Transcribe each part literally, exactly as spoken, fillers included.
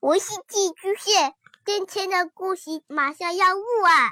我是寄居蟹，今天的故事马上要录啊！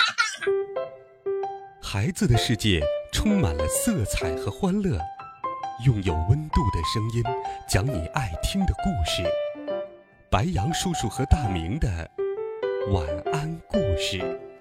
孩子的世界充满了色彩和欢乐，用有温度的声音讲你爱听的故事。白杨叔叔和大明的晚安故事。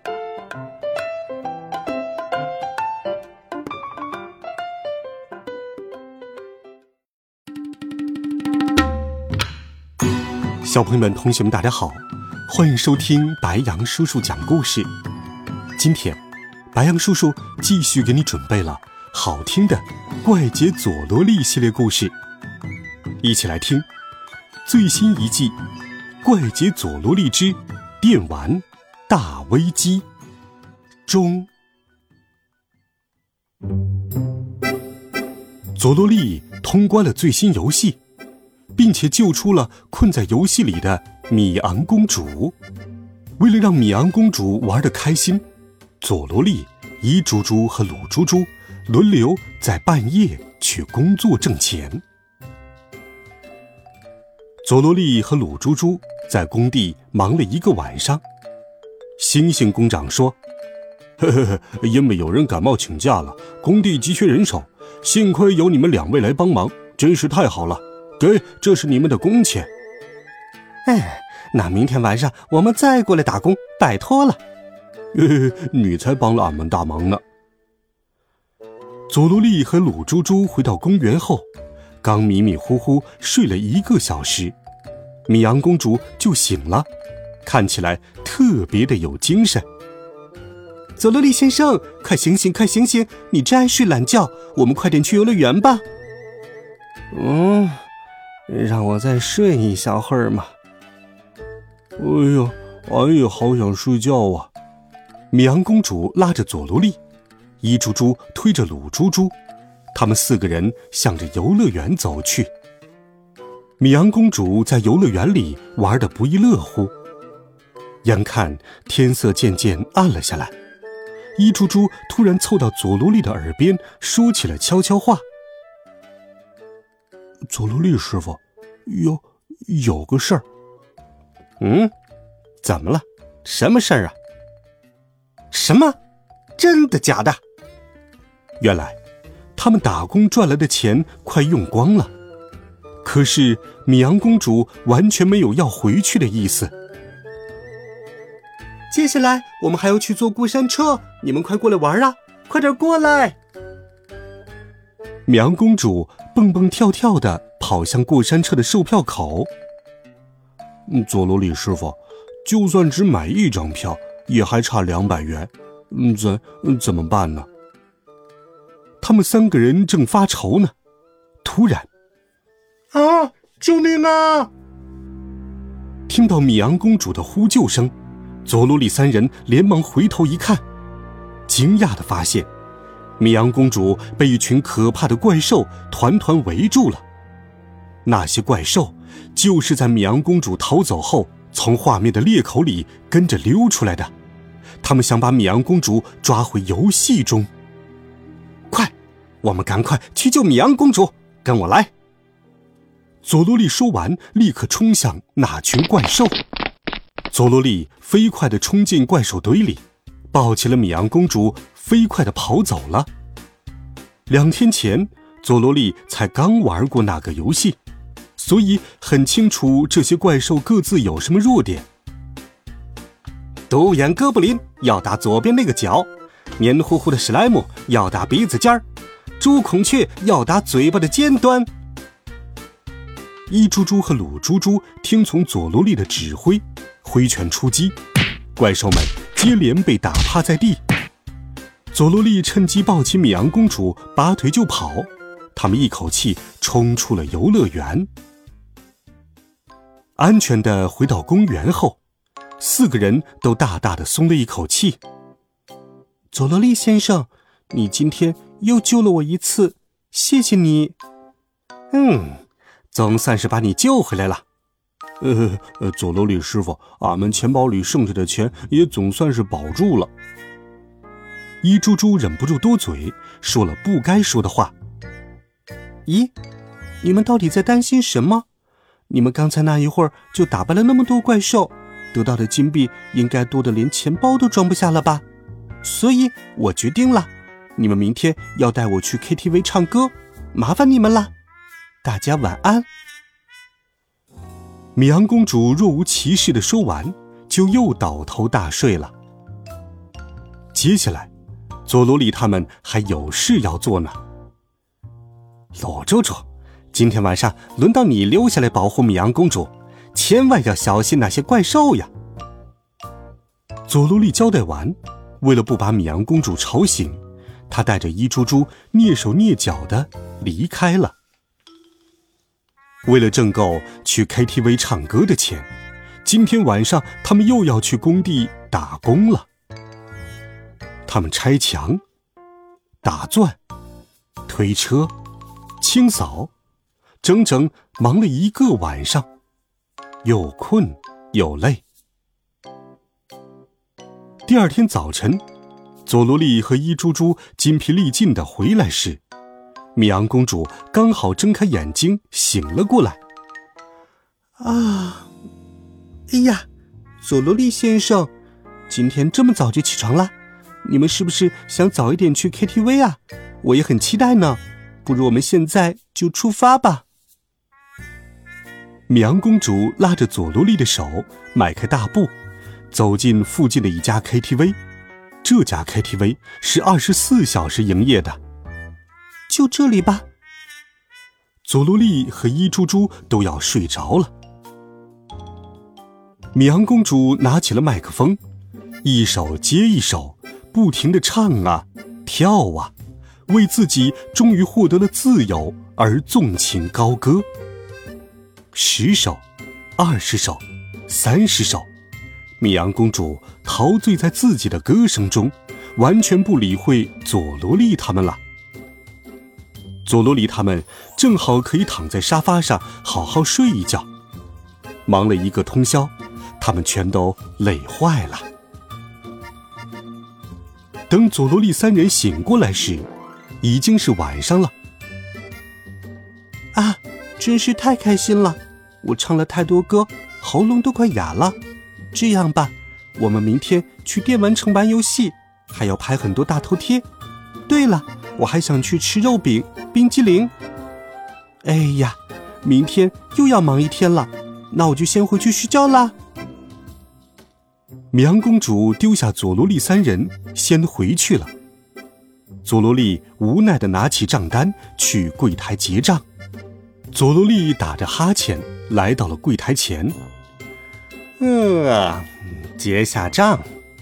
小朋友们、同学们，大家好，欢迎收听白杨叔叔讲故事。今天，白杨叔叔继续给你准备了好听的怪杰佐罗利系列故事，一起来听最新一季《怪杰佐罗利之电玩大危机》中。佐罗利通关了最新游戏，并且救出了困在游戏里的米昂公主。为了让米昂公主玩得开心，佐罗利、伊猪猪和鲁猪猪轮流在半夜去工作挣钱。佐罗利和鲁猪猪在工地忙了一个晚上。星星工长说：呵呵呵，因为有人感冒请假了，工地急缺人手，幸亏有你们两位来帮忙，真是太好了，给，这是你们的工钱。 哎，那明天晚上我们再过来打工，拜托了。 呵呵，你才帮了俺们大忙呢。佐罗利和鲁猪猪回到公园后，刚迷迷糊糊睡了一个小时，米昂公主就醒了，看起来特别的有精神。 佐罗利先生，快醒醒，快醒醒，你真爱睡懒觉，我们快点去游乐园吧。嗯，让我再睡一小会儿嘛。 哎呀，俺也好想睡觉啊。米昂公主拉着佐罗利，伊猪猪推着鲁猪猪，他们四个人向着游乐园走去。米昂公主在游乐园里玩得不亦乐乎，眼看天色渐渐暗了下来，伊猪猪突然凑到佐罗利的耳边说起了悄悄话。佐罗利师傅，有有个事儿。 嗯，怎么了？什么事儿啊？什么？真的假的？ 原来他们打工赚来的钱快用光了，可是米昂公主完全没有要回去的意思。 接下来我们还要去坐过山车，你们快过来玩啊，快点过来。 米昂公主蹦蹦跳跳地跑向过山车的售票口。佐罗利师傅，就算只买一张票也还差两百元，怎怎么办呢？他们三个人正发愁呢，突然， 啊！救命啊！ 听到米昂公主的呼救声，佐罗利三人连忙回头一看，惊讶地发现米昂公主被一群可怕的怪兽团团围住了。那些怪兽就是在米昂公主逃走后从画面的裂口里跟着溜出来的，他们想把米昂公主抓回游戏中。 快，我们赶快去救米昂公主，跟我来。 佐罗利说完，立刻冲向那群怪兽。佐罗利飞快地冲进怪兽堆里，抱起了米昂公主，飞快地跑走了。两天前，佐罗利才刚玩过那个游戏，所以很清楚这些怪兽各自有什么弱点。 独眼哥布林要打左边那个角，黏糊糊的史莱姆要打鼻子尖儿，猪孔雀要打嘴巴的尖端。 伊猪猪和鲁猪猪听从佐罗利的指挥，挥拳出击，怪兽们接连被打趴在地。佐罗利趁机抱起米昂公主，拔腿就跑，他们一口气冲出了游乐园。安全地回到公园后，四个人都大大的松了一口气。 佐罗利先生，你今天又救了我一次，谢谢你。嗯，总算是把你救回来了。 呃呃，佐罗利师傅，俺们钱包里剩下的钱也总算是保住了。伊猪猪忍不住多嘴，说了不该说的话。 咦，你们到底在担心什么？ 你们刚才那一会儿就打败了那么多怪兽，得到的金币应该多得连钱包都装不下了吧？所以我决定了，你们明天要带我去 K T V 唱歌，麻烦你们了。大家晚安。 米阳公主若无其事地说完，就又倒头大睡了。接下来，佐罗莉他们还有事要做呢。 鲁猪猪，今天晚上轮到你留下来保护米阳公主，千万要小心那些怪兽呀。 佐罗莉交代完，为了不把米阳公主吵醒，她带着伊猪猪蹑手蹑脚地离开了。为了挣够去 K T V 唱歌的钱，今天晚上他们又要去工地打工了。他们拆墙、打钻、推车、清扫，整整忙了一个晚上，又困又累。第二天早晨，佐罗莉和伊猪猪筋疲力尽地回来时，米阳公主刚好睁开眼睛醒了过来。 啊，哎呀，佐罗莉先生，今天这么早就起床了？你们是不是想早一点去 K T V 啊？我也很期待呢，不如我们现在就出发吧。 米阳公主拉着佐罗莉的手，迈开大步，走进附近的一家 K T V。这家 K T V 是二十四小时营业的。 就这里吧。 佐罗莉和伊猪猪都要睡着了。米阳公主拿起了麦克风，一首接一首，不停地唱啊，跳啊，为自己终于获得了自由而纵情高歌。十首，二十首，三十首，米阳公主陶醉在自己的歌声中，完全不理会佐罗莉他们了。佐罗莉他们正好可以躺在沙发上好好睡一觉。忙了一个通宵，他们全都累坏了。等佐罗莉三人醒过来时，已经是晚上了。 啊，真是太开心了！我唱了太多歌，喉咙都快哑了。这样吧，我们明天去电玩城玩游戏，还要拍很多大头贴。对了，我还想去吃肉饼、冰激凌。哎呀，明天又要忙一天了，那我就先回去睡觉啦。 米阳公主丢下佐罗莉三人，先回去了。佐罗莉无奈地拿起账单去柜台结账。佐罗莉打着哈欠来到了柜台前。 呃，结下账。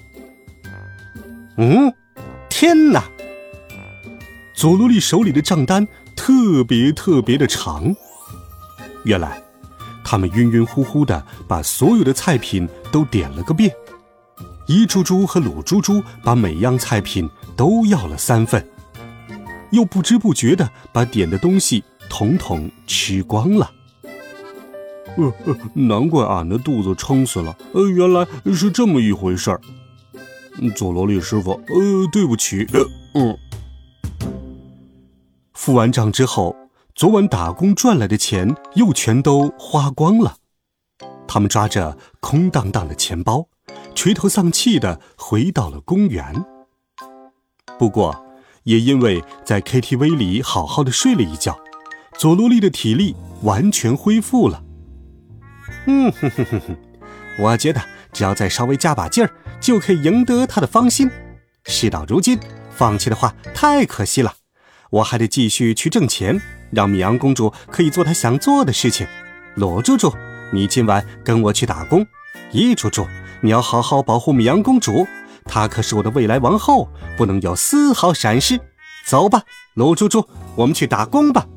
嗯，天哪！ 佐罗莉手里的账单特别特别的长。原来，他们晕晕乎乎的把所有的菜品都点了个遍。伊猪猪和鲁猪猪把每样菜品都要了三份，又不知不觉的把点的东西统统吃光了。呃，呃难怪俺的肚子撑死了，呃，原来是这么一回事儿。佐罗莉师傅，呃，对不起。呃，嗯。付完账之后，昨晚打工赚来的钱又全都花光了。他们抓着空荡荡的钱包，垂头丧气地回到了公园。不过，也因为在 K T V 里好好的睡了一觉，佐罗莉的体力完全恢复了。 嗯哼哼哼哼，我觉得只要再稍微加把劲儿，就可以赢得他的芳心。事到如今，放弃的话太可惜了。我还得继续去挣钱，让米阳公主可以做她想做的事情。罗猪猪，你今晚跟我去打工。伊猪猪，你要好好保护米阳公主，她可是我的未来王后，不能有丝毫闪失。走吧，鲁猪猪，我们去打工吧。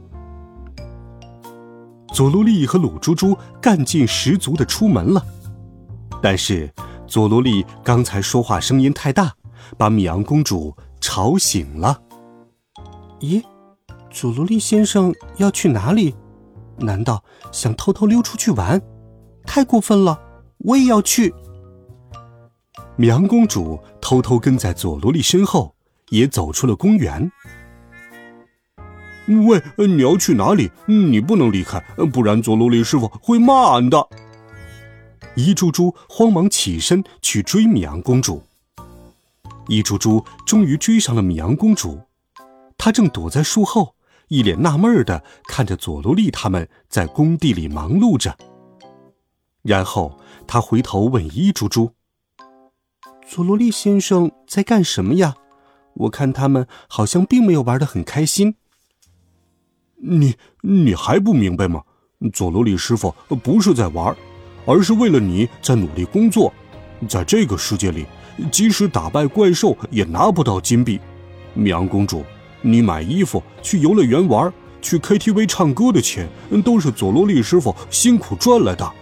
佐罗莉和鲁猪猪干劲十足地出门了，但是佐罗莉刚才说话声音太大，把米阳公主吵醒了。 咦，佐罗莉先生要去哪里？难道想偷偷溜出去玩？太过分了，我也要去。 米阳公主偷偷跟在佐罗莉身后，也走出了公园。 喂，你要去哪里？你不能离开，不然佐罗利师傅会骂俺的。伊猪猪慌忙起身去追米昂公主。伊猪猪终于追上了米昂公主，她正躲在树后，一脸纳闷地看着佐罗利他们在工地里忙碌着。然后她回头问伊猪猪： 佐罗利先生在干什么呀？我看他们好像并没有玩得很开心。 你你还不明白吗？佐罗利师傅不是在玩，而是为了你在努力工作。在这个世界里，即使打败怪兽也拿不到金币。米昂公主，你买衣服、去游乐园玩、去 K T V 唱歌的钱，都是佐罗利师傅辛苦赚来的。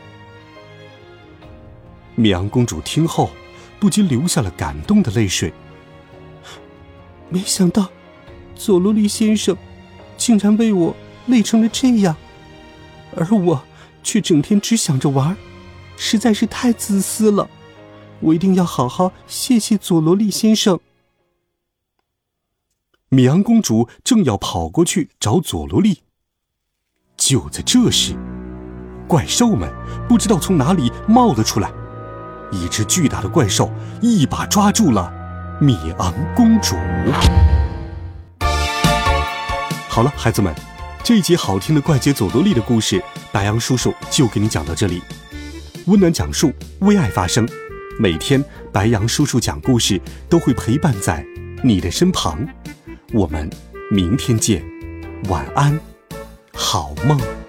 米昂公主听后，不禁流下了感动的泪水。没想到，佐罗利先生竟然为我累成了这样，而我却整天只想着玩，实在是太自私了。我一定要好好谢谢佐罗利先生。 米昂公主正要跑过去找佐罗利，就在这时，怪兽们不知道从哪里冒了出来，一只巨大的怪兽一把抓住了米昂公主。好了，孩子们，这一集好听的怪杰佐罗利的故事，白羊叔叔就给你讲到这里。温暖讲述，为爱发声，每天白羊叔叔讲故事都会陪伴在你的身旁。我们明天见，晚安，好梦。